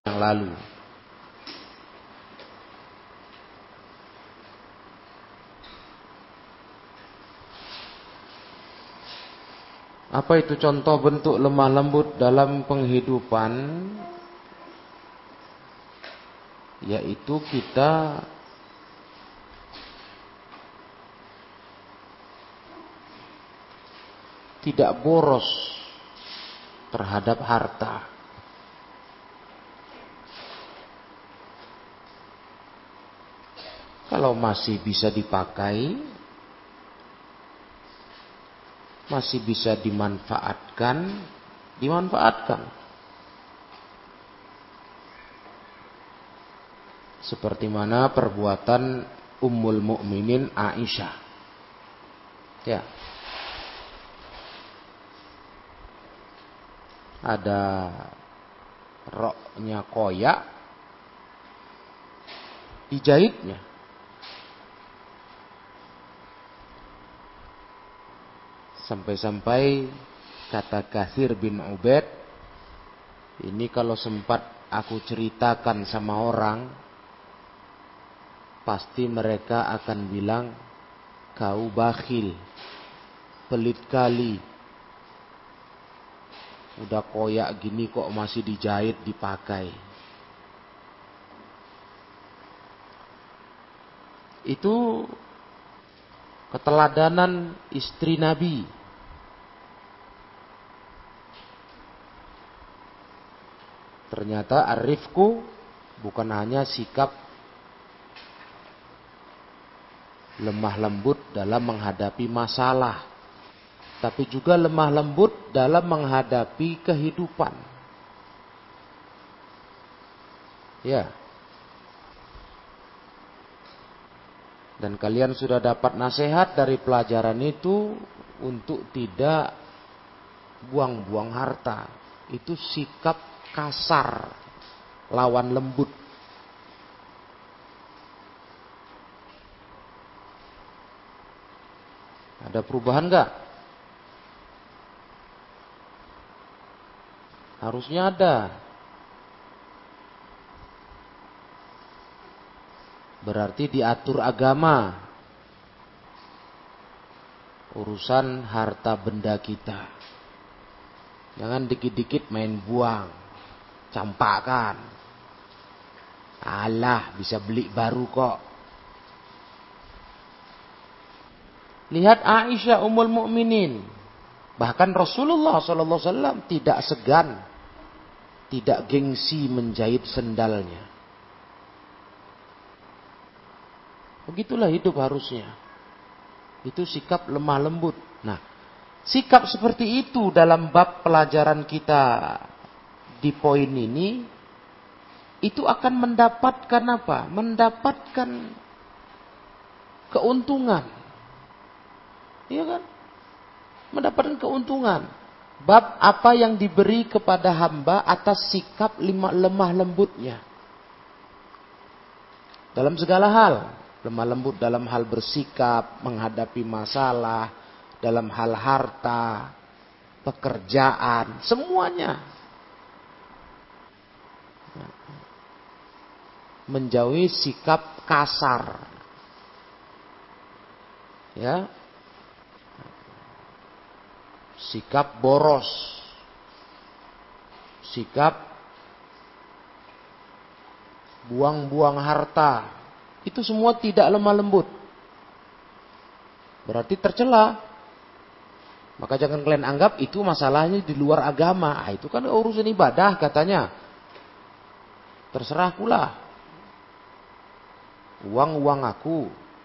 yang lalu. Apa itu contoh bentuk lemah lembut dalam penghidupan? Yaitu kita tidak boros terhadap harta. Kalau masih bisa dipakai, masih bisa dimanfaatkan, dimanfaatkan. Seperti mana perbuatan Ummul Mukminin Aisyah. Ya. Ada roknya koyak, dijahitnya. Sampai-sampai kata Katsir bin Ubaid, ini kalau sempat aku ceritakan sama orang, pasti mereka akan bilang, kau bakhil, pelit kali. Udah koyak gini kok masih dijahit, dipakai. Itu keteladanan istri Nabi. Ternyata ar-rifqu bukan hanya sikap lemah lembut dalam menghadapi masalah, tapi juga lemah lembut dalam menghadapi kehidupan. Ya. Dan kalian sudah dapat nasihat dari pelajaran itu untuk tidak buang-buang harta. Itu sikap kasar lawan lembut. Ada perubahan enggak? Harusnya ada. Berarti diatur agama urusan harta benda kita. Jangan dikit-dikit main buang, campakkan. Alah, bisa beli baru kok. Lihat Aisyah Ummul Mukminin. Bahkan Rasulullah SAW tidak segan, tidak gengsi menjahit sendalnya. Begitulah hidup harusnya. Itu sikap lemah lembut. Nah, sikap seperti itu dalam bab pelajaran kita di poin ini, itu akan mendapatkan apa? Mendapatkan keuntungan. Iya kan? Mendapatkan keuntungan. Bab apa yang diberi kepada hamba atas sikap lemah lembutnya. Dalam segala hal. Lemah lembut dalam hal bersikap, menghadapi masalah, dalam hal harta, pekerjaan, semuanya. Menjauhi sikap kasar. Ya. Sikap boros. Sikap buang-buang harta. Itu semua tidak lemah lembut. Berarti tercela. Maka jangan kalian anggap itu masalahnya di luar agama. Itu kan urusan ibadah katanya. Terserah pula. Uang aku.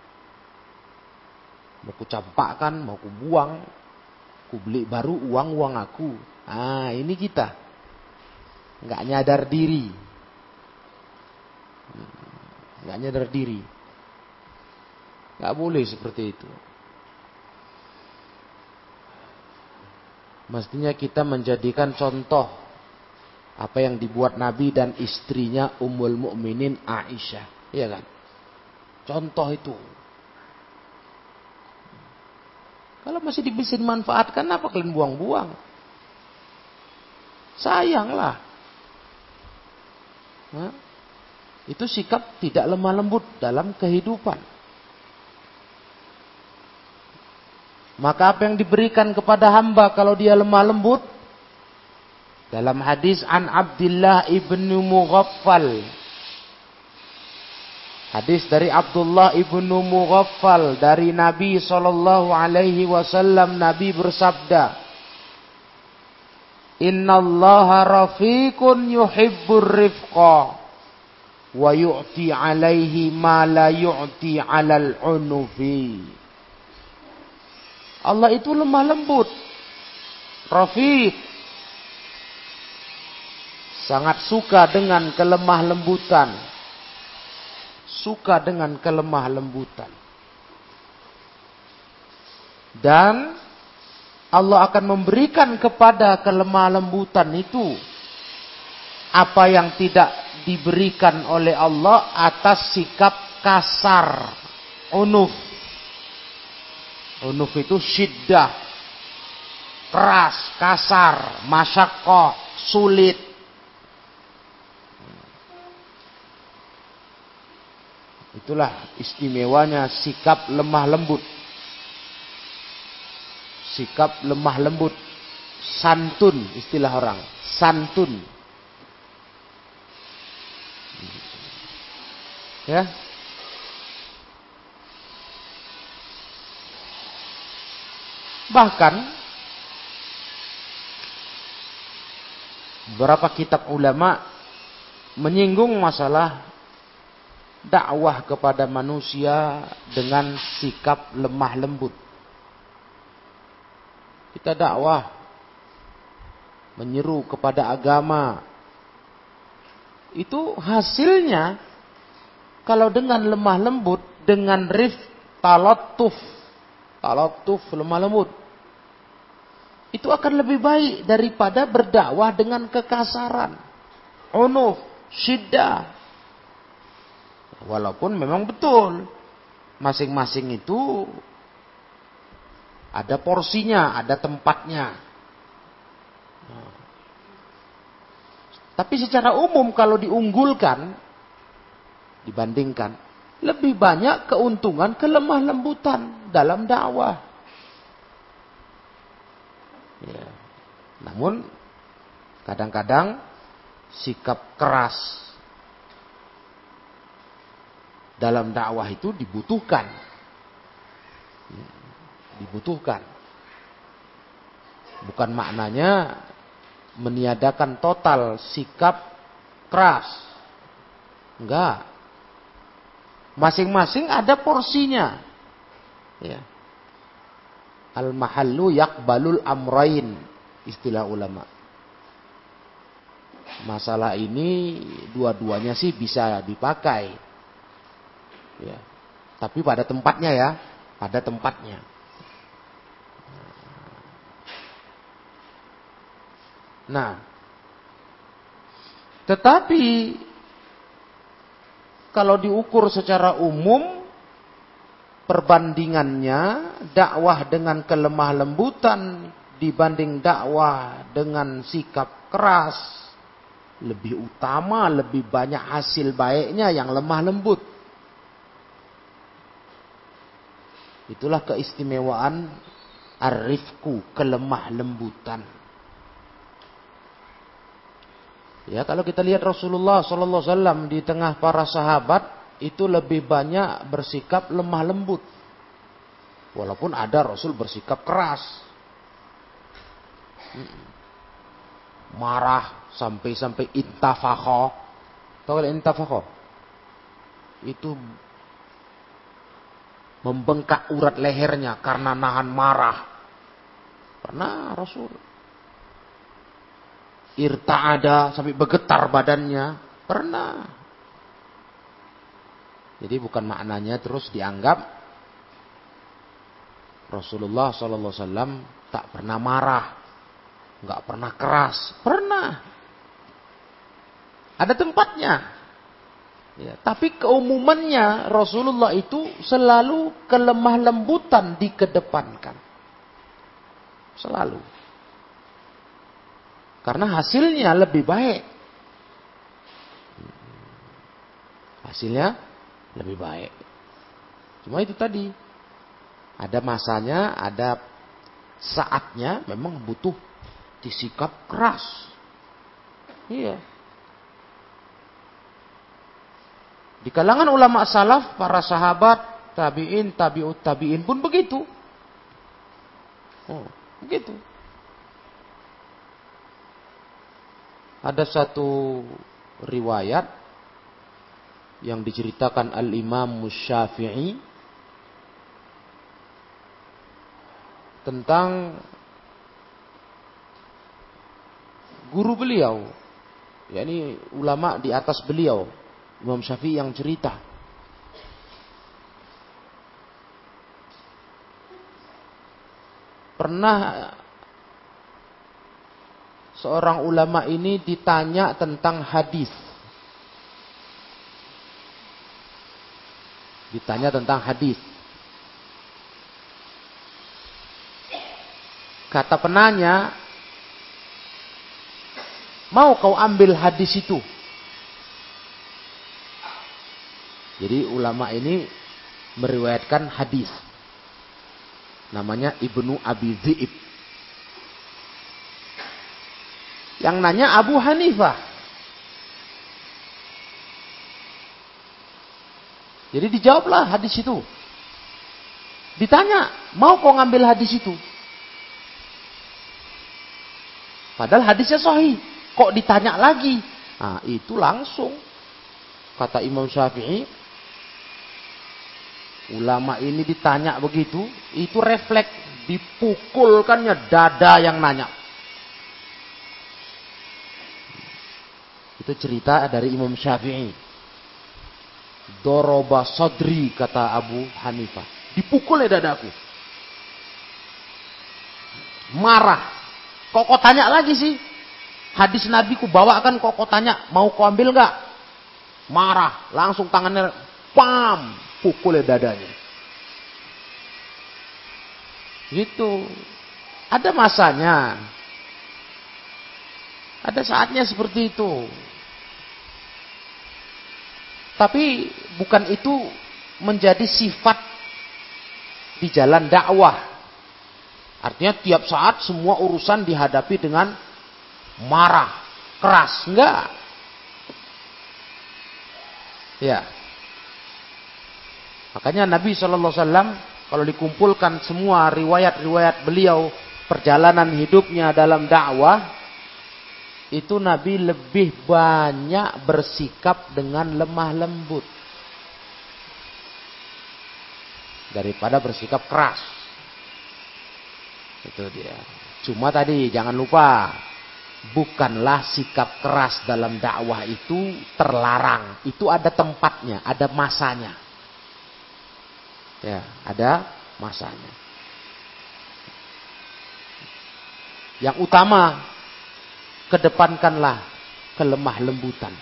Mau ku campakkan, mau ku buang. Ku beli baru uang aku. Ini kita. Nggak nyadar diri. Nggak nyadar diri. Nggak boleh seperti itu. Mestinya kita menjadikan contoh apa yang dibuat Nabi dan istrinya Ummul Mukminin Aisyah. Iya kan? Contoh itu. Kalau masih bisa dimanfaatkan, apa kalian buang-buang? Sayanglah. Itu sikap tidak lemah lembut dalam kehidupan. Maka apa yang diberikan kepada hamba kalau dia lemah lembut? Dalam hadis an Abdullah ibnu Mughaffal. Hadis dari Abdullah ibnu Mughaffal dari Nabi SAW. Nabi bersabda, Innallaha rafiqun yuhibbur rifqa wa yu'ti alaihi ma la yu'ti alal unufi. Allah itu lemah lembut, rafiq, sangat suka dengan kelemah lembutan, suka dengan kelemah lembutan. Dan Allah akan memberikan kepada kelemah lembutan itu apa yang tidak diberikan oleh Allah atas sikap kasar. Unuf. Unuf itu syiddah, keras, kasar, masyaqqah, sulit. Itulah istimewanya sikap lemah lembut. Sikap lemah lembut, santun istilah orang, santun. Ya. Bahkan beberapa kitab ulama menyinggung masalah dakwah kepada manusia dengan sikap lemah lembut. Kita dakwah, menyeru kepada agama. Itu hasilnya kalau dengan lemah lembut, dengan talattuf, lemah lembut. Itu akan lebih baik daripada berdakwah dengan kekasaran. Unuf, syiddah. Walaupun memang betul, masing-masing itu ada porsinya, ada tempatnya. Tapi secara umum kalau diunggulkan, dibandingkan, lebih banyak keuntungan kelemah lembutan dalam dakwah. Ya. Namun kadang-kadang sikap keras dalam dakwah itu dibutuhkan. Dibutuhkan. Bukan maknanya meniadakan total sikap keras. Enggak. Masing-masing ada porsinya. Ya. Al-mahallu yaqbalul amrain, istilah ulama. Masalah ini dua-duanya sih bisa dipakai. Ya. Tapi pada tempatnya ya, pada tempatnya. Nah, tetapi kalau diukur secara umum, perbandingannya dakwah dengan kelemah lembutan dibanding dakwah dengan sikap keras lebih utama, lebih banyak hasil baiknya yang lemah lembut. Itulah keistimewaan ar-rifqu, kelemah lembutan. Ya, kalau kita lihat Rasulullah SAW di tengah para sahabat itu lebih banyak bersikap lemah lembut. Walaupun ada Rasul bersikap keras. Marah sampai intafakha. Tahu kan intafakha? Itu membengkak urat lehernya karena nahan marah. Pernah Rasul. Irta'ada sampai bergetar badannya. Pernah. Jadi bukan maknanya terus dianggap Rasulullah SAW tak pernah marah. Nggak pernah keras. Pernah. Ada tempatnya. Ya, tapi keumumannya Rasulullah itu selalu kelemah lembutan dikedepankan. Selalu. Karena hasilnya lebih baik. hasilnya lebih baik. Cuma itu tadi, ada masanya, ada saatnya memang butuh disikap keras. Iya. Di kalangan ulama salaf, para sahabat, tabi'in, tabi'ut tabi'in pun begitu. Begitu. Ada satu riwayat yang diceritakan Al-Imam Syafi'i tentang guru beliau, yakni ulama di atas beliau, Imam Syafi'i yang cerita. Pernah seorang ulama ini ditanya tentang hadis. Ditanya tentang hadis. Kata penanya, mau kau ambil hadis itu? Jadi ulama ini meriwayatkan hadis. Namanya Ibnu Abi Dhi'ib. Yang nanya Abu Hanifah. Jadi dijawablah hadis itu. Ditanya, mau kau ngambil hadis itu? Padahal hadisnya sahih. Kok ditanya lagi? Nah, itu langsung. Kata Imam Syafi'i, ulama ini ditanya begitu, itu refleks. Dipukulkannya dada yang nanya. Itu cerita dari Imam Syafi'i. Doroba sadri, kata Abu Hanifah. Dipukul ya dadaku. Marah. Kok kau tanya lagi sih? Hadis Nabi ku bawakan, kok kau tanya, mau kau ambil gak? Marah. Langsung tangannya, pam, pukul ya dadanya. Gitu. Ada masanya. Ada saatnya seperti itu. Tapi bukan itu menjadi sifat di jalan dakwah. Artinya tiap saat semua urusan dihadapi dengan marah, keras. Enggak. Ya. Makanya Nabi SAW kalau dikumpulkan semua riwayat-riwayat beliau, perjalanan hidupnya dalam dakwah, itu Nabi lebih banyak bersikap dengan lemah lembut daripada bersikap keras. Itu dia. Cuma tadi jangan lupa, bukanlah sikap keras dalam dakwah itu terlarang. Itu ada tempatnya, ada masanya. Ya, ada masanya. Yang utama, kedepankanlah kelemah lembutan.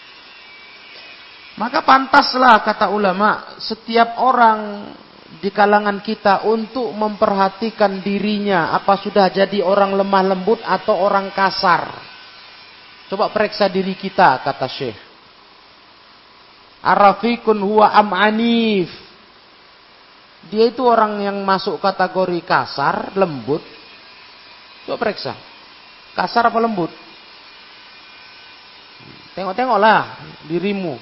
Maka pantaslah, kata ulama, setiap orang di kalangan kita untuk memperhatikan dirinya, apa sudah jadi orang lemah lembut atau orang kasar. Coba periksa diri kita, kata Syekh. Arafikun huwa am'anif. Dia itu orang yang masuk kategori kasar, lembut. Coba periksa. Kasar apa lembut? Tengok-tengoklah dirimu.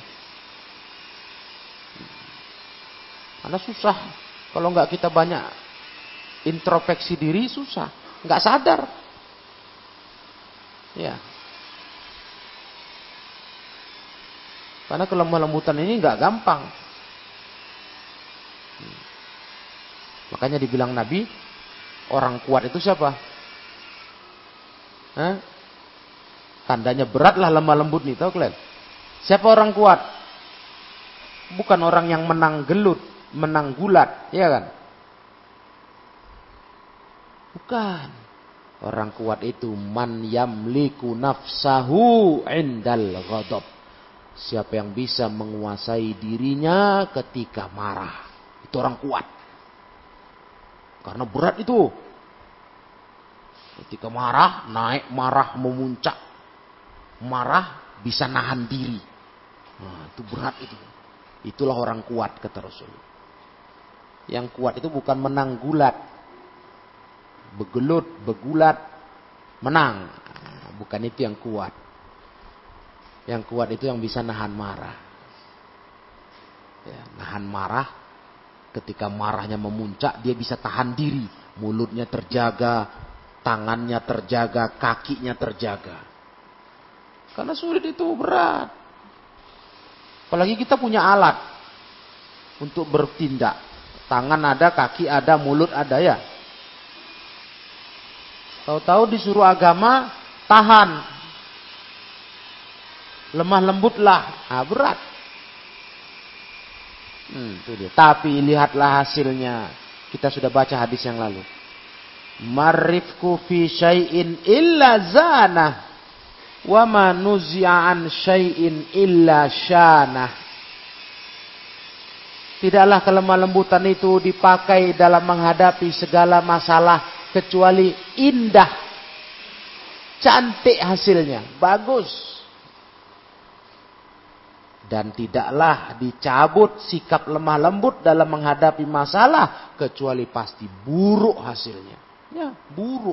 Karena susah. Kalau nggak kita banyak introspeksi diri, susah. Nggak sadar. Ya. Karena kelemah lembutan ini nggak gampang. Makanya dibilang Nabi, orang kuat itu siapa? Tandanya beratlah lemah lembut nih, tahu kalian? Siapa orang kuat? Bukan orang yang menang gelut, menang gulat, ya kan? Bukan. Orang kuat itu man yamliku nafsahu indal ghadab. Siapa yang bisa menguasai dirinya ketika marah, itu orang kuat. Karena berat itu. Ketika marah, naik marah memuncak. Marah bisa nahan diri. Nah, itu berat itu. Itulah orang kuat, kata Rasul. Yang kuat itu bukan menang gulat, begelut, begulat, menang. Bukan itu yang kuat. Yang kuat itu yang bisa nahan marah. Ya, nahan marah. Ketika marahnya memuncak, dia bisa tahan diri. Mulutnya terjaga, tangannya terjaga, kakinya terjaga. Karena sulit itu, berat. Apalagi kita punya alat untuk bertindak. Tangan ada, kaki ada, mulut ada ya. Tahu-tahu disuruh agama, tahan. Lemah lembutlah. Berat. Itu dia. Tapi lihatlah hasilnya. Kita sudah baca hadis yang lalu. Marifku fi syai'in illa zanah. Wa ma nuzi'an syai'in illa syanah. Tidaklah kelemah lembutan itu dipakai dalam menghadapi segala masalah kecuali indah. Cantik hasilnya, bagus. Dan tidaklah dicabut sikap lemah lembut dalam menghadapi masalah kecuali pasti buruk hasilnya. Ya, buruk.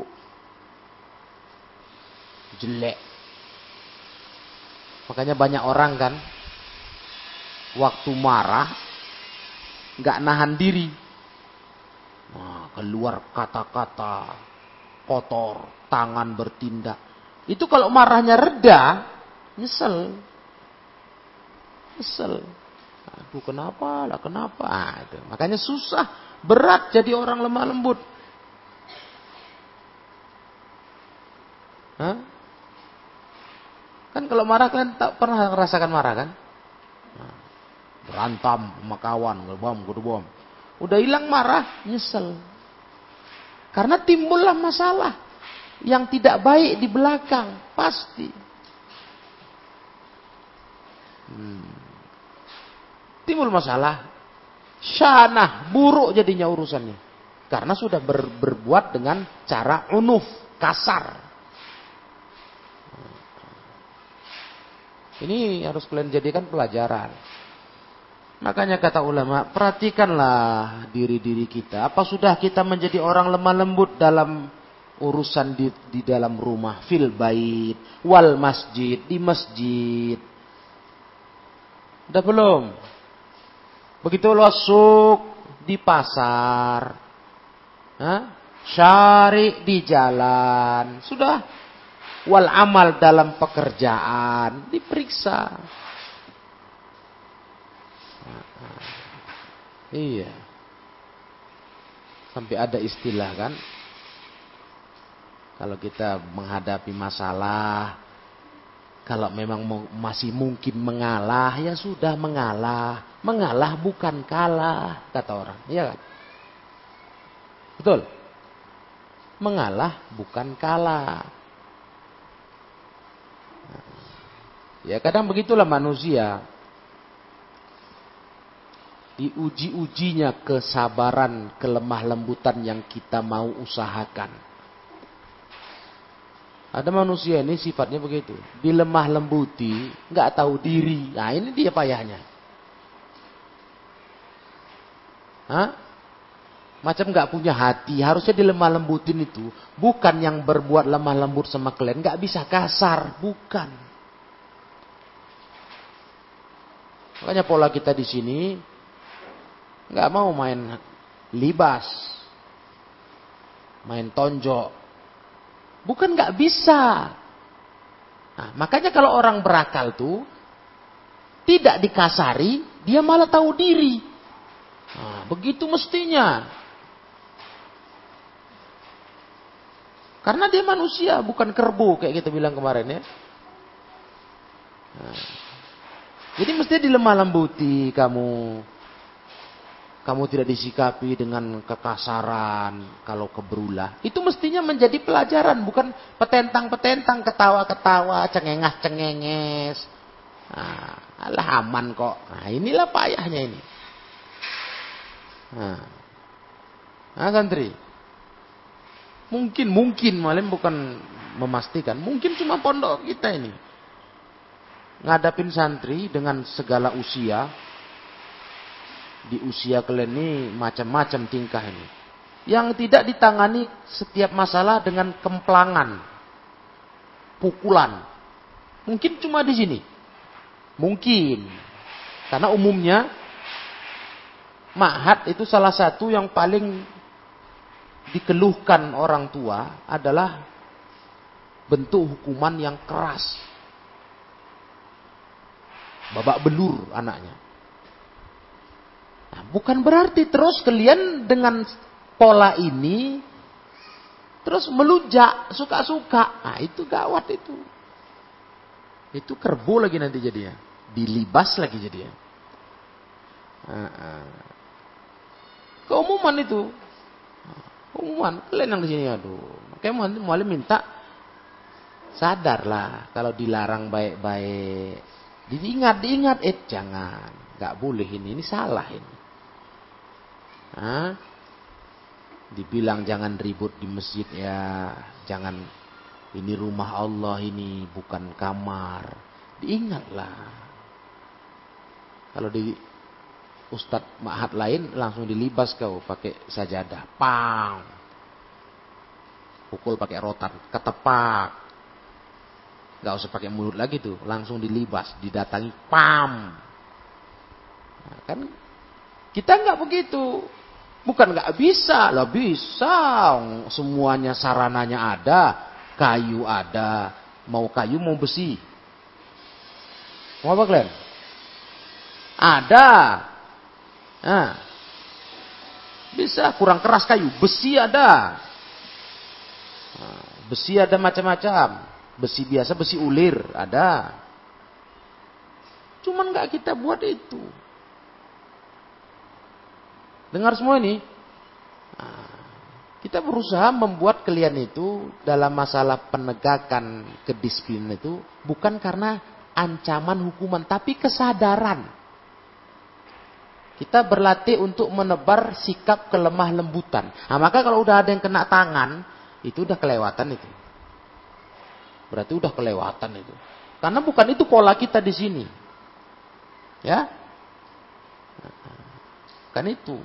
Jelek. Makanya banyak orang kan waktu marah nggak nahan diri. Keluar kata-kata kotor, tangan bertindak. Itu kalau marahnya reda, nyesel. Aduh, kenapa lah, kenapa? Itu. Makanya susah, berat jadi orang lemah lembut. Kan kalau marah kan tak pernah merasakan marah kan? Berantem sama kawan, gedebom. Udah hilang marah, nyesel. Karena timbullah masalah yang tidak baik di belakang, pasti. Timbul masalah, syanah, buruk jadinya urusannya. Karena sudah berbuat dengan cara unuf, kasar. Ini harus kalian jadikan pelajaran. Makanya kata ulama, perhatikanlah diri-diri kita. Apa sudah kita menjadi orang lemah lembut dalam urusan di dalam rumah, fil bait, wal masjid, di masjid. Udah belum? Begitu masuk di pasar, syari di jalan, sudah. Wal amal dalam pekerjaan, diperiksa. Iya. Sampai ada istilah kan. Kalau kita menghadapi masalah, kalau memang masih mungkin mengalah, ya sudah mengalah. Mengalah bukan kalah, kata orang. Iya kan? Betul? Mengalah bukan kalah. Ya kadang begitulah manusia. Diuji-ujinya kesabaran, kelemah lembutan yang kita mau usahakan. Ada manusia ini sifatnya begitu. Dilemah lembuti, nggak tahu diri. Nah ini dia payahnya. Macam nggak punya hati. Harusnya dilemah lembutin itu. Bukan yang berbuat lemah lembut sama kalian. Nggak bisa kasar. Bukan. Makanya pola kita di sini nggak mau main libas, main tonjok. Bukan nggak bisa. Nah, makanya kalau orang berakal tuh tidak dikasari, dia malah tahu diri. Nah, begitu mestinya. Karena dia manusia, bukan kerbau kayak kita bilang kemarin ya. Nah, jadi mesti dilemah lembuti kamu. Kamu tidak disikapi dengan kekasaran kalau keberulah. Itu mestinya menjadi pelajaran. Bukan petentang-petentang, ketawa-ketawa, cengengas-cengenges. Alah aman kok. Nah inilah payahnya ini. Santri. Mungkin malah bukan memastikan. Mungkin cuma pondok kita ini. Ngadapin santri dengan segala usia. Di usia kalian ini macam-macam tingkah ini. Yang tidak ditangani setiap masalah dengan kemplangan, pukulan. Mungkin cuma di sini. Mungkin. Karena umumnya ma'had itu salah satu yang paling dikeluhkan orang tua adalah bentuk hukuman yang keras. Babak belur anaknya. Nah, bukan berarti terus kalian dengan pola ini terus melunjak suka-suka. Nah, itu gawat itu. Itu kerbau lagi nanti jadinya. Dilibas lagi jadinya. Keumuman itu. Keumuman. Kalian yang di sini aduh. Makanya mualim minta sadarlah kalau dilarang baik-baik. Diingat, jangan. Gak boleh ini salah ini. Dibilang jangan ribut di masjid ya. Jangan, ini rumah Allah ini bukan kamar. Diingatlah. Kalau di ustadz ma'had lain langsung dilibas kau pakai sajadah. Pang. Pukul pakai rotan. Ketepak. Gak usah pakai mulut lagi tuh. Langsung dilibas. Didatangi. Pam. Nah, kan kita gak begitu. Bukan gak bisa. Lah bisa. Semuanya sarananya ada. Kayu ada. Mau kayu mau besi. Mau apa kalian? Ada. Nah, bisa kurang keras kayu. Besi ada. Nah, besi ada macam-macam. Besi biasa, besi ulir ada. Cuman gak kita buat itu. Dengar semua ini. Nah, kita berusaha membuat kalian itu dalam masalah penegakan kedisiplinan itu bukan karena ancaman hukuman, tapi kesadaran. Kita berlatih untuk menebar sikap kelemah lembutan. Nah, maka kalau udah ada yang kena tangan, itu udah kelewatan itu. Berarti udah kelewatan itu. Karena bukan itu pola kita di sini. Ya. Kan itu.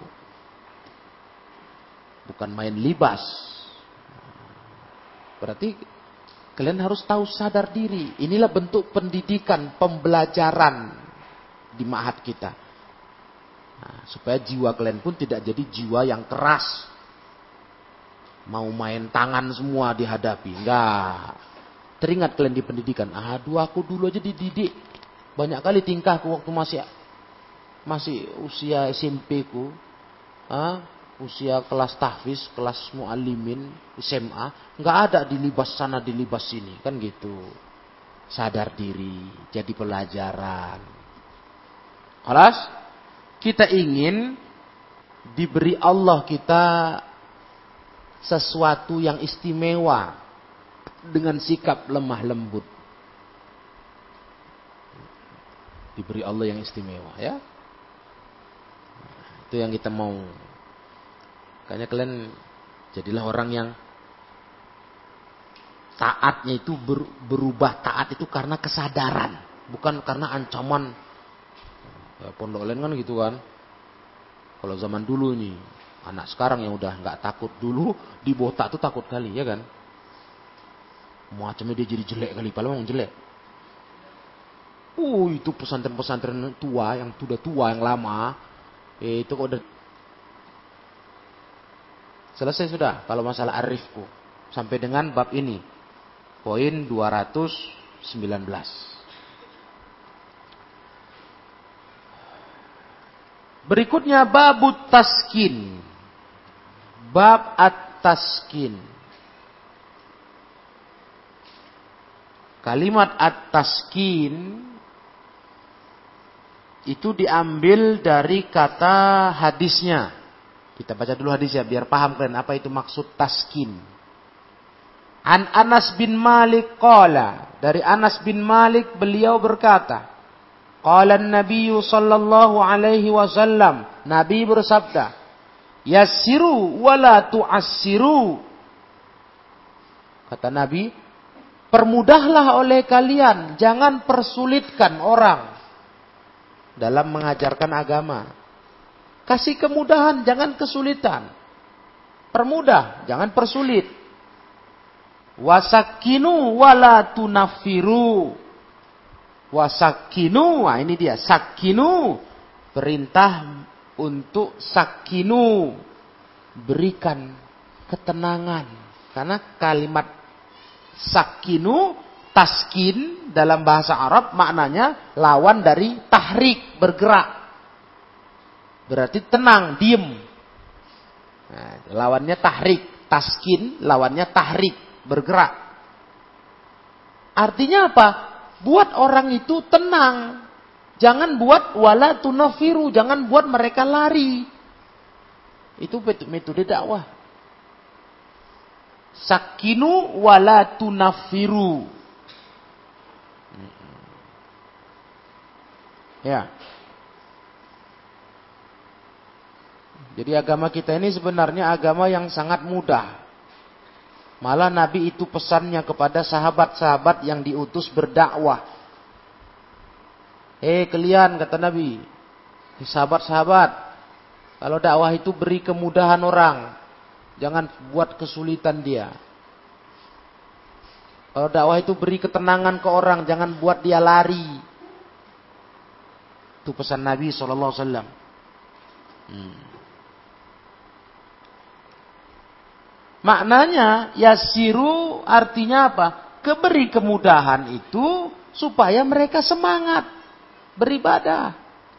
Bukan main libas. Berarti kalian harus tahu sadar diri. Inilah bentuk pendidikan, pembelajaran di ma'had kita. Nah, supaya jiwa kalian pun tidak jadi jiwa yang keras. Mau main tangan semua dihadapi. Enggak. Teringat kalian di pendidikan. Aduh, aku dulu aja dididik. Banyak kali tingkahku waktu masih usia SMP ku. Usia kelas tahfiz, kelas muallimin, SMA. Enggak ada dilibas sana, dilibas sini. Kan gitu. Sadar diri. Jadi pelajaran. Alas, kita ingin diberi Allah kita sesuatu yang istimewa. Dengan sikap lemah lembut. Diberi Allah yang istimewa ya. Itu yang kita mau. Makanya kalian jadilah orang yang taatnya itu berubah taat itu karena kesadaran. Bukan karena ancaman. Ya, pondok lain kan gitu kan. Kalau zaman dulu nih. Anak sekarang yang udah gak takut. Dulu dibotak tuh takut kali ya kan. Macamnya dia jadi jelek kali, padahal memang jelek. Itu pesantren-pesantren tua, yang sudah tua, yang lama. Itu kok udah selesai sudah kalau masalah arifku. Sampai dengan bab ini. Poin 219. Berikutnya babut taskin. Bab at-taskin. Kalimat at-taskin itu diambil dari kata hadisnya. Kita baca dulu hadisnya biar paham kalian apa itu maksud taskin. An Anas bin Malik qala, dari Anas bin Malik beliau berkata, qala an-nabiy sallallahu alaihi wasallam, Nabi bersabda, yassiru wala tu'assiru. Kata Nabi, permudahlah oleh kalian, jangan persulitkan orang dalam mengajarkan agama. Kasih kemudahan, jangan kesulitan. Permudah, jangan persulit. Wasakinu wala tunafiru. Wasakinu, nah ini dia. Sakinu, perintah untuk sakinu. Berikan ketenangan. Karena kalimat sakinu, taskin dalam bahasa Arab maknanya lawan dari tahrik, bergerak. Berarti tenang, diem. Nah, lawannya tahrik, taskin, lawannya tahrik, bergerak. Artinya apa? Buat orang itu tenang. Jangan buat wala tunafiru, jangan buat mereka lari. Itu metode dakwah. Sakinu wala tunafiru. Ya. Jadi agama kita ini sebenarnya agama yang sangat mudah. Malah Nabi itu pesannya kepada sahabat-sahabat yang diutus berdakwah. Kalian, kata Nabi, sahabat-sahabat, kalau dakwah itu beri kemudahan orang, jangan buat kesulitan dia. Kalau dakwah itu beri ketenangan ke orang, jangan buat dia lari. Itu pesan Nabi SAW. Maknanya yasiru artinya apa? Keberi kemudahan itu supaya mereka semangat beribadah.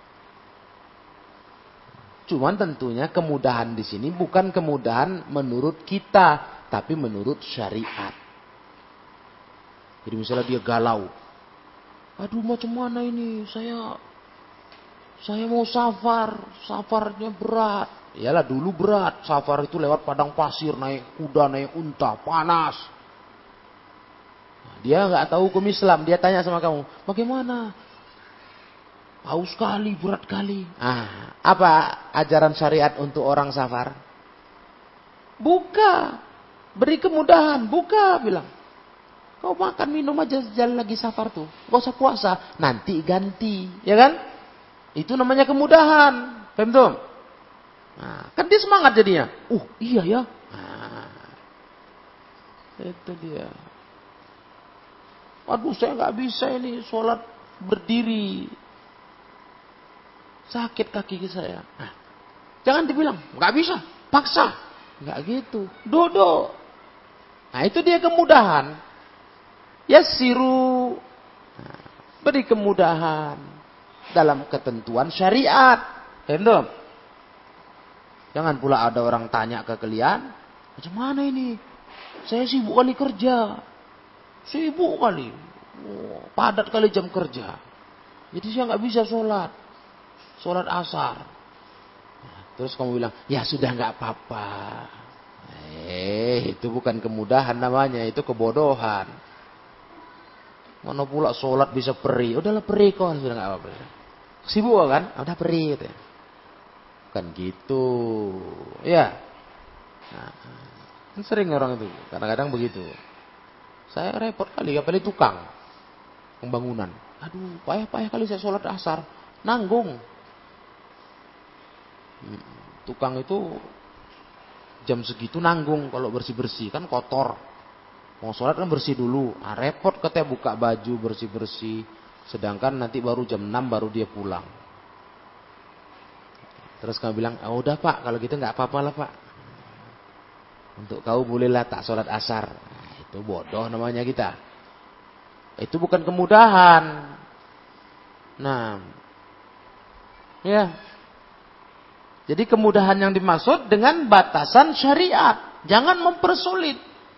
Cuman tentunya kemudahan di sini bukan kemudahan menurut kita, tapi menurut syariat. Jadi misalnya dia galau. Aduh macam mana ini? Saya mau safar. Safarnya berat. Iyalah dulu berat. Safar itu lewat padang pasir, naik kuda, naik unta, panas. Dia nggak tahu hukum Islam. Dia tanya sama kamu, bagaimana? Haus sekali, berat kali. Apa ajaran syariat untuk orang safar? Buka. Beri kemudahan. Buka, bilang. Kau makan, minum aja jalan lagi safar tuh. Gak usah puasa. Nanti ganti. Ya kan? Itu namanya kemudahan. Paham tuh? Nah, kan dia semangat jadinya. Iya ya. Itu dia. Aduh saya nggak bisa ini sholat berdiri. Sakit kaki saya. Jangan dibilang nggak bisa. Paksa. Nggak gitu. Duduk. Nah itu dia kemudahan. Yassiru. Beri kemudahan. Dalam ketentuan syariat. Paham? Jangan pula ada orang tanya ke kalian, macam mana ini? Saya sibuk kali kerja. Sibuk kali. Padat kali jam kerja. Jadi saya nggak bisa sholat. Sholat asar. Terus kamu bilang, ya sudah nggak apa-apa. Itu bukan kemudahan namanya, itu kebodohan. Mana pula sholat bisa perih. Udahlah perih kok, sudah nggak apa-apa. Sibuk kan? Udah perih gitu ya. Kan gitu. Ya. Kan sering orang itu. Kadang-kadang begitu. Saya repot kali. Apalagi tukang. Pembangunan. Aduh, payah kali saya sholat asar. Nanggung. Tukang itu jam segitu nanggung kalau bersih-bersih. Kan kotor. Mau sholat kan bersih dulu. Repot katanya buka baju bersih-bersih. Sedangkan nanti baru jam 6 baru dia pulang. Terus kamu bilang, udah pak, kalau gitu nggak apa-apa lah pak. Untuk kau bolehlah tak sholat asar. Itu bodoh namanya kita. Itu bukan kemudahan. Nah, ya. Jadi kemudahan yang dimaksud dengan batasan syariat. Jangan mempersulit.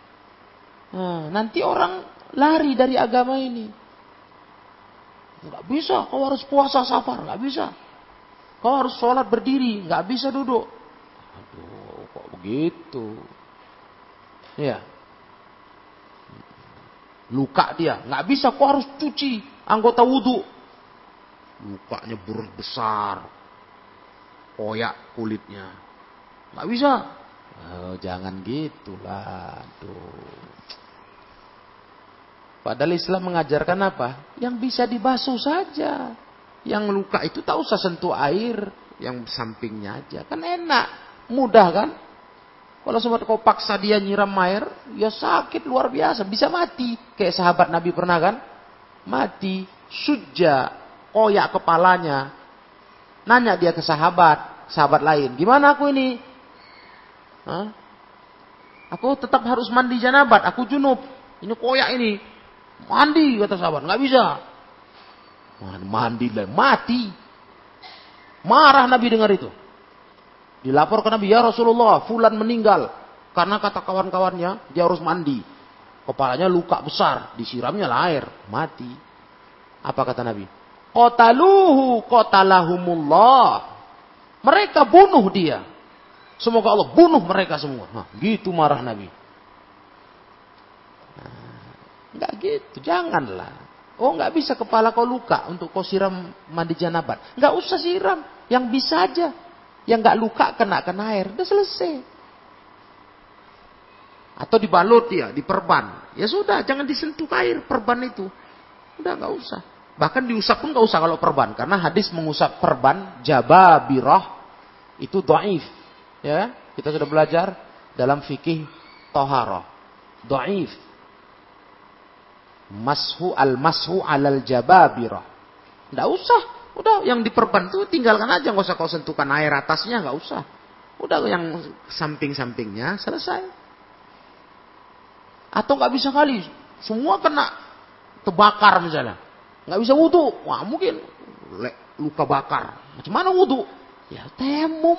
Nanti orang lari dari agama ini. Nggak bisa, kau harus puasa safar, nggak bisa. Kau harus sholat berdiri, nggak bisa duduk. Aduh, kok begitu? Ya. Luka dia, nggak bisa. Kau harus cuci anggota wudhu. Lukanya besar, koyak kulitnya, nggak bisa. Jangan gitulah. Aduh. Padahal Islam mengajarkan apa? Yang bisa dibasuh saja. Yang luka itu tak usah sentuh air. yang sampingnya aja. Kan enak, mudah kan? Kalau sempat kau paksa dia nyiram air, ya sakit luar biasa, bisa mati. Kayak sahabat Nabi pernah kan? Mati, sujja, koyak kepalanya. Nanya dia ke sahabat lain, gimana aku ini? Hah? Aku tetap harus mandi janabat, aku junub. Ini koyak ini. Mandi kata sahabat, nggak bisa. Mandi lah, mati. Marah Nabi dengar itu. Dilapor ke Nabi, ya Rasulullah, fulan meninggal. Karena kata kawan-kawannya, dia harus mandi. Kepalanya luka besar, disiramnya air, mati. Apa kata Nabi? Qataluhu qatalahumullah. Mereka bunuh dia. Semoga Allah bunuh mereka semua. Nah, gitu marah Nabi. Enggak gitu, janganlah. Oh, enggak bisa kepala kau luka untuk kau siram mandi janabat. Enggak usah siram, yang bisa aja. Yang enggak luka kena air, udah selesai. Atau dibalut ya, diperban. Ya sudah, jangan disentuh air perban itu. Udah enggak usah. Bahkan diusap pun enggak usah kalau perban, karena hadis mengusap perban jababirah itu dhaif. Ya, kita sudah belajar dalam fikih thaharah. Dhaif. Mashu alal jababirah. Enggak usah. Udah yang diperban itu tinggalkan aja, enggak usah kau sentuhkan air atasnya, enggak usah. Udah yang samping-sampingnya selesai. Atau nggak bisa kali, semua kena terbakar misalnya, nggak bisa wudu, wah mungkin luka bakar, macam mana wudu? Ya tayamum.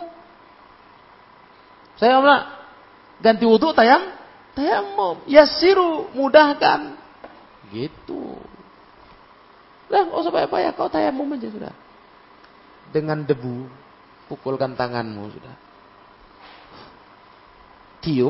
Saya bilang ganti wudu tayamum, yassiru, mudahkan, gitu. Lah nggak usah payah-payah, kau tayamum aja sudah. Dengan debu, pukulkan tanganmu sudah. Tiup,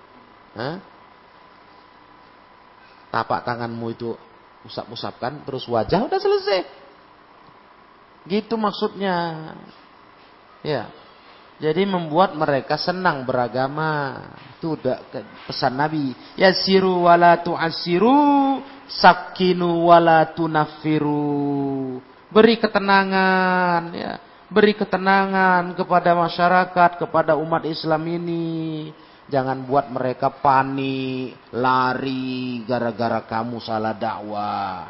tapak tanganmu itu usap-usapkan, terus wajah, udah selesai. Gitu maksudnya. Ya. Jadi membuat mereka senang beragama. Itu udah pesan Nabi. Yasiru wala tu'asiru, sakinu wala tunaffiru. Beri ketenangan, ya. Beri ketenangan kepada masyarakat, kepada umat Islam ini. Jangan buat mereka panik, lari gara-gara kamu salah dakwah.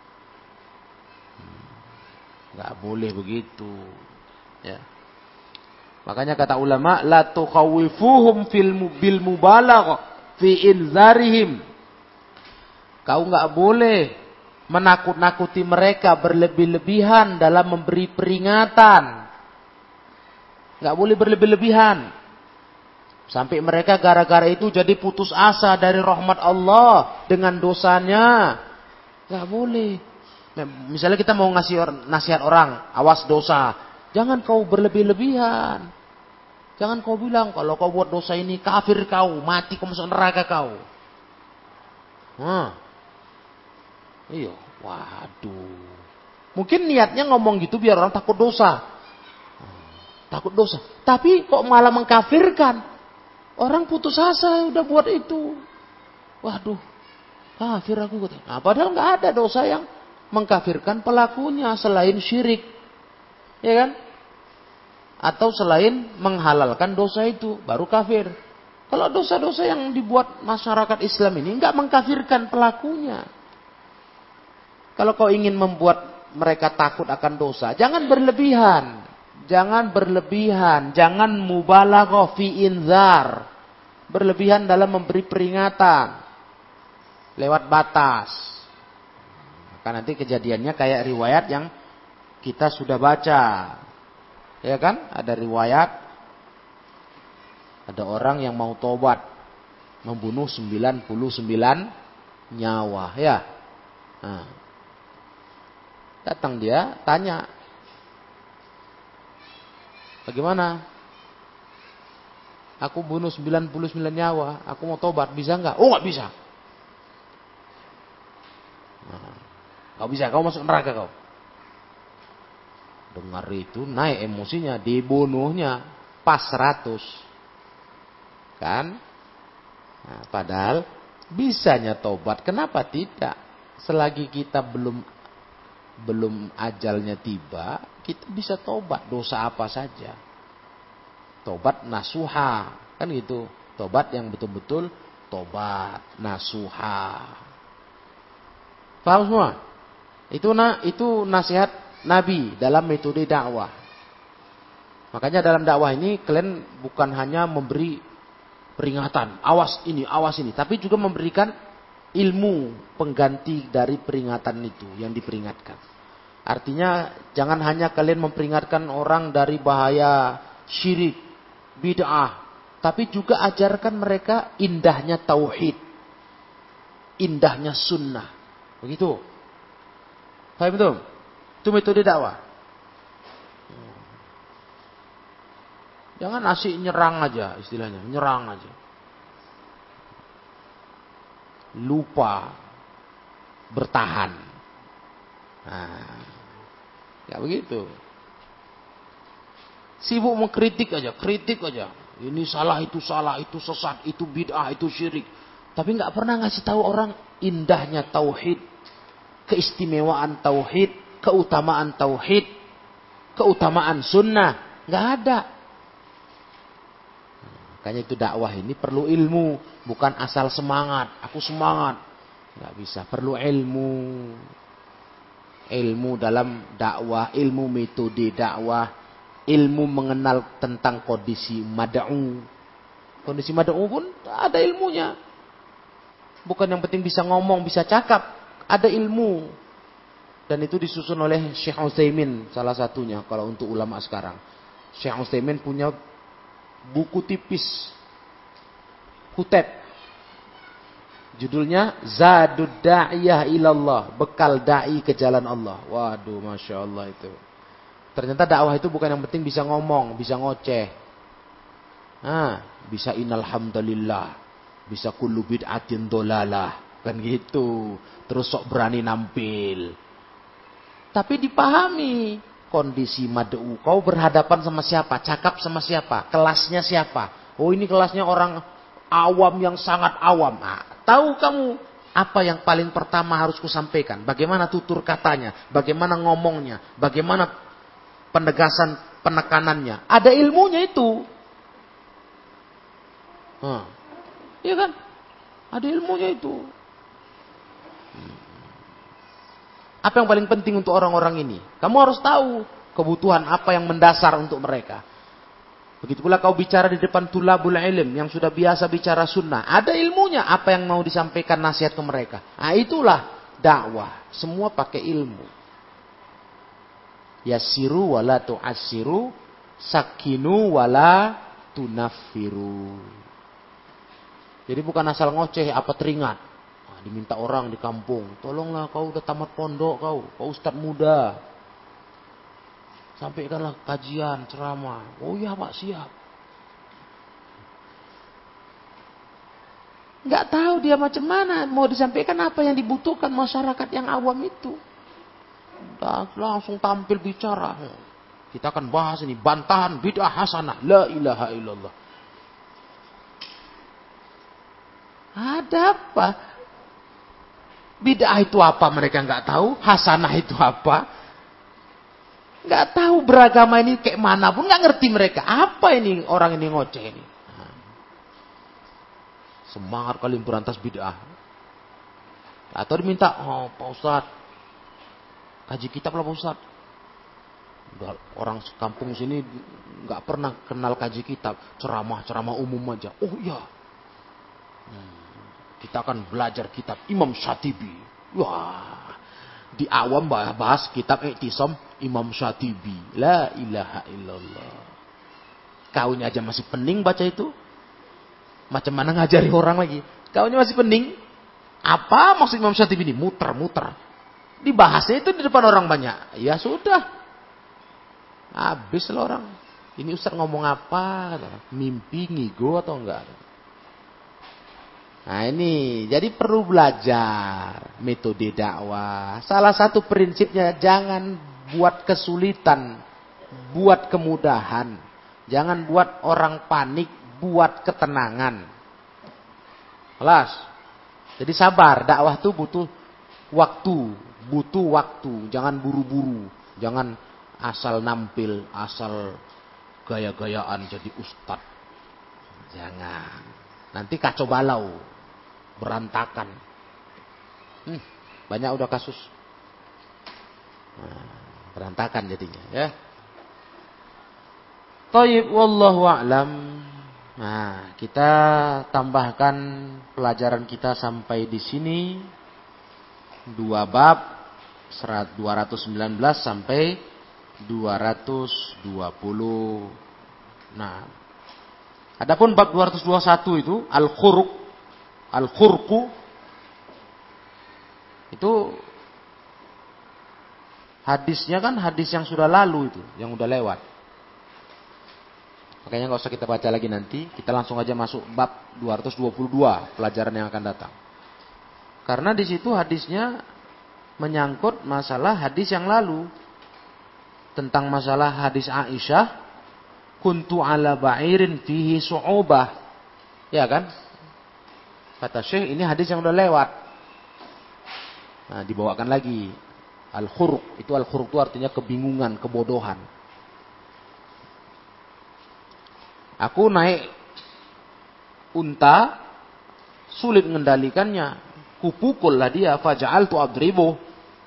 Gak boleh begitu. Ya. Makanya kata ulama, la tukhawifuhum bil mubalagh fi inzarihim. Kau gak boleh menakut-nakuti mereka berlebih-lebihan dalam memberi peringatan. Gak boleh berlebih-lebihan. Sampai mereka gara-gara itu jadi putus asa dari rahmat Allah dengan dosanya. Gak boleh. Misalnya kita mau ngasih nasihat orang, awas dosa. Jangan kau berlebih-lebihan. Jangan kau bilang, kalau kau buat dosa ini kafir kau, mati kau masuk neraka kau. Iya, waduh. Mungkin niatnya ngomong gitu biar orang takut dosa. Takut dosa. Tapi kok malah mengkafirkan. Orang putus asa udah buat itu. Waduh, kafir aku. Nah, padahal nggak ada dosa yang mengkafirkan pelakunya selain syirik, ya kan? Atau selain menghalalkan dosa itu baru kafir. Kalau dosa-dosa yang dibuat masyarakat Islam ini nggak mengkafirkan pelakunya. Kalau kau ingin membuat mereka takut akan dosa, jangan berlebihan. Jangan berlebihan, jangan mubalaghah fi inzar. Berlebihan dalam memberi peringatan. Lewat batas. Maka nanti kejadiannya kayak riwayat yang kita sudah baca. Ya kan? Ada riwayat. Ada orang yang mau tobat. Membunuh 99 nyawa. Ya. Nah. Datang dia, tanya. Bagaimana? Aku bunuh 99 nyawa. Aku mau tobat. Bisa enggak? Oh enggak bisa. Enggak bisa. Kau masuk neraka kau. Dengar itu naik emosinya. Dibunuhnya pas 100. Kan? Nah, padahal bisanya tobat. Kenapa tidak? Selagi kita belum ajalnya tiba, kita bisa tobat dosa apa saja. Tobat nasuha, kan gitu. Tobat yang betul-betul tobat nasuha. Paham semua? Itu nasihat Nabi dalam metode dakwah. Makanya dalam dakwah ini kalian bukan hanya memberi peringatan, awas ini, tapi juga memberikan ilmu pengganti dari peringatan itu yang diperingatkan. Artinya jangan hanya kalian memperingatkan orang dari bahaya syirik, bid'ah, tapi juga ajarkan mereka indahnya tauhid, indahnya sunnah. Begitu. Paham betul? Itu metode dakwah. Jangan asik nyerang aja istilahnya, nyerang aja. Lupa bertahan. Nah, ya begitu. Sibuk mengkritik aja, kritik aja. Ini salah, itu sesat, itu bid'ah, itu syirik. Tapi nggak pernah ngasih tahu orang indahnya tauhid, keistimewaan tauhid, keutamaan tauhid, keutamaan sunnah. Nggak ada. Makanya itu dakwah ini perlu ilmu, bukan asal semangat. Aku semangat, nggak bisa. Perlu ilmu, ilmu dalam dakwah, ilmu metode dakwah, ilmu mengenal tentang kondisi mad'u. Kondisi mad'u pun ada ilmunya. Bukan yang penting bisa ngomong, bisa cakap, ada ilmu. Dan itu disusun oleh Syekh Utsaimin salah satunya kalau untuk ulama sekarang. Syekh Utsaimin punya buku tipis, kuteb, judulnya Zadud Da'iyah Ilallah, bekal da'i ke jalan Allah. Waduh, Masya Allah itu. Ternyata dakwah itu bukan yang penting bisa ngomong, bisa ngoceh. Bisa innalhamdulillah, bisa kullu bid'atin dolalah, kan gitu. Terus sok berani nampil. Tapi dipahami kondisi mad'u. Kau berhadapan sama siapa? Cakap sama siapa? Kelasnya siapa? Oh, ini kelasnya orang awam yang sangat awam. Tahu kamu apa yang paling pertama harus kusampaikan? Bagaimana tutur katanya? Bagaimana ngomongnya? Bagaimana penegasan penekanannya? Ada ilmunya itu. Iya kan? Ada ilmunya itu. Apa yang paling penting untuk orang-orang ini? Kamu harus tahu kebutuhan apa yang mendasar untuk mereka. Begitu pula kau bicara di depan tulabul ilm yang sudah biasa bicara sunnah. Ada ilmunya apa yang mau disampaikan nasihat ke mereka. Itulah dakwah. Semua pakai ilmu. Yassiru wala tu'assiru, sakinu wala tunaffiru. Jadi bukan asal ngoceh apa teringat. Diminta orang di kampung, tolonglah kau udah tamat pondok kau ustadz muda. Sampaikanlah kajian, ceramah. Oh iya Pak, siap. Nggak tahu dia macam mana, mau disampaikan apa yang dibutuhkan masyarakat yang awam itu. Udah langsung tampil bicara. Kita akan bahas ini, bantahan bid'ah hasanah, la ilaha illallah. Ada apa? Bid'ah itu apa mereka nggak tahu. Hasanah itu apa? Nggak tahu. Beragama ini kayak mana pun nggak ngerti mereka. Apa ini orang ini ngoceh ini? Semangat kali berantas bid'ah. Atau diminta, Pak Ustadz, kaji kitab lah Pak Ustadz. Orang kampung sini nggak pernah kenal kaji kitab. Ceramah umum aja. Oh iya. Kita akan belajar kitab Imam Syatibi. Wah, di awam bahas kitab I'tisam Imam Syatibi. La ilaha illallah. Kaunya aja masih pening baca itu. Macam mana ngajari orang lagi? Kaunya masih pening. Apa maksud Imam Syatibi ini? Muter-muter. Dibahasnya itu di depan orang banyak. Ya sudah. Habis lah orang. Ini Ustaz ngomong apa? Mimpi, ngigo atau enggak? Nah ini, jadi perlu belajar metode dakwah. Salah satu prinsipnya jangan buat kesulitan, buat kemudahan. Jangan buat orang panik, buat ketenangan. Kelas. Jadi sabar, dakwah itu butuh waktu. Jangan buru-buru. Jangan asal nampil, asal gaya-gayaan jadi ustad. Jangan. Nanti kacau balau, berantakan. Banyak udah kasus. Nah, berantakan jadinya ya. Thayyib wallahu a'lam. Nah, kita tambahkan pelajaran kita sampai di sini. 2 bab 219 sampai 220. Nah, adapun bab 221 itu al-khurqu itu hadisnya kan hadis yang sudah lalu itu, yang udah lewat. Makanya nggak usah kita baca lagi nanti, kita langsung aja masuk bab 222 pelajaran yang akan datang. Karena di situ hadisnya menyangkut masalah hadis yang lalu tentang masalah hadis Aisyah, kuntu ala ba'irin fihi su'ubah. Ya kan? Kata Syekh, ini hadis yang udah lewat. Nah, dibawakan lagi. Al-khurq, itu al-khurq itu artinya kebingungan, kebodohan. Aku naik unta, sulit mengendalikannya. Kupukul lah dia, faja'altu adribu.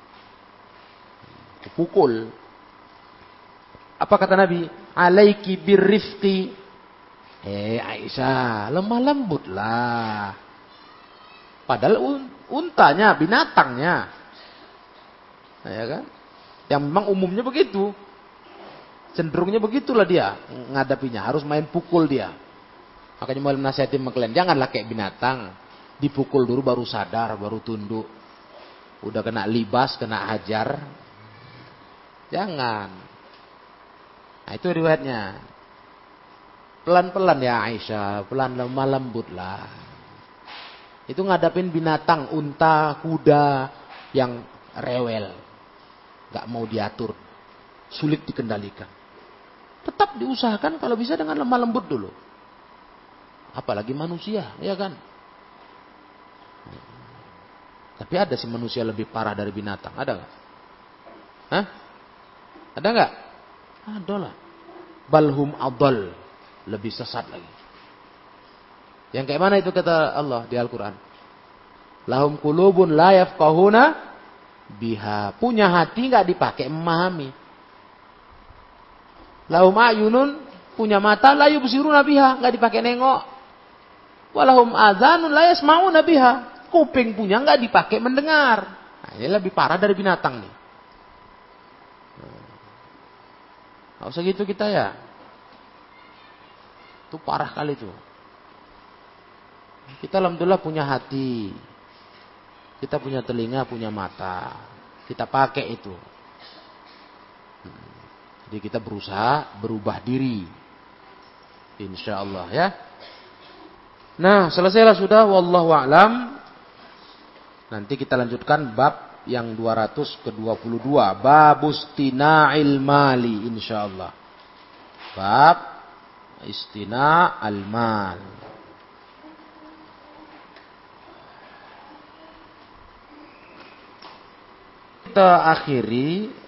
Kupukul. Apa kata Nabi? Alaiki birrifqi. Aisyah, lemah lembut lah. Padahal untanya, binatangnya. Nah, ya kan? Yang memang umumnya begitu. Cenderungnya begitulah dia ngadapinya. Harus main pukul dia. Makanya mau nasihatin sama kalian. Janganlah kayak binatang. Dipukul dulu baru sadar, baru tunduk. Udah kena libas, kena hajar. Jangan. Nah, itu riwayatnya. Pelan-pelan ya Aisyah. Pelan lemah lembut lah. Itu ngadapin binatang. Unta, kuda yang rewel. Gak mau diatur. Sulit dikendalikan. Tetap diusahakan kalau bisa dengan lemah lembut dulu. Apalagi manusia, ya kan? Tapi ada sih manusia lebih parah dari binatang, ada nggak? Hah? Ada nggak? Ada lah. Balhum adal, lebih sesat lagi. Yang kayak mana itu kata Allah di Al-Quran? Lahum qulubun la yafqahuna biha. Punya hati nggak dipakai memahami. Lahum ayunun, punya mata la yubsiruna biha, nggak dipakai nengok. Walahum adzanun la yasma'una biha. Kuping punya nggak dipakai mendengar. Nah, ini lebih parah dari binatang nih. Nggak usah gitu kita ya. Itu parah kali tuh. Kita alhamdulillah punya hati. Kita punya telinga, punya mata. Kita pakai itu. Jadi kita berusaha berubah diri. Insyaallah ya. Nah, selesailah sudah. Wallahu a'lam. Nanti kita lanjutkan bab yang 222. Babustina'il mali insyaallah. Bab istina'al mal. Kita akhiri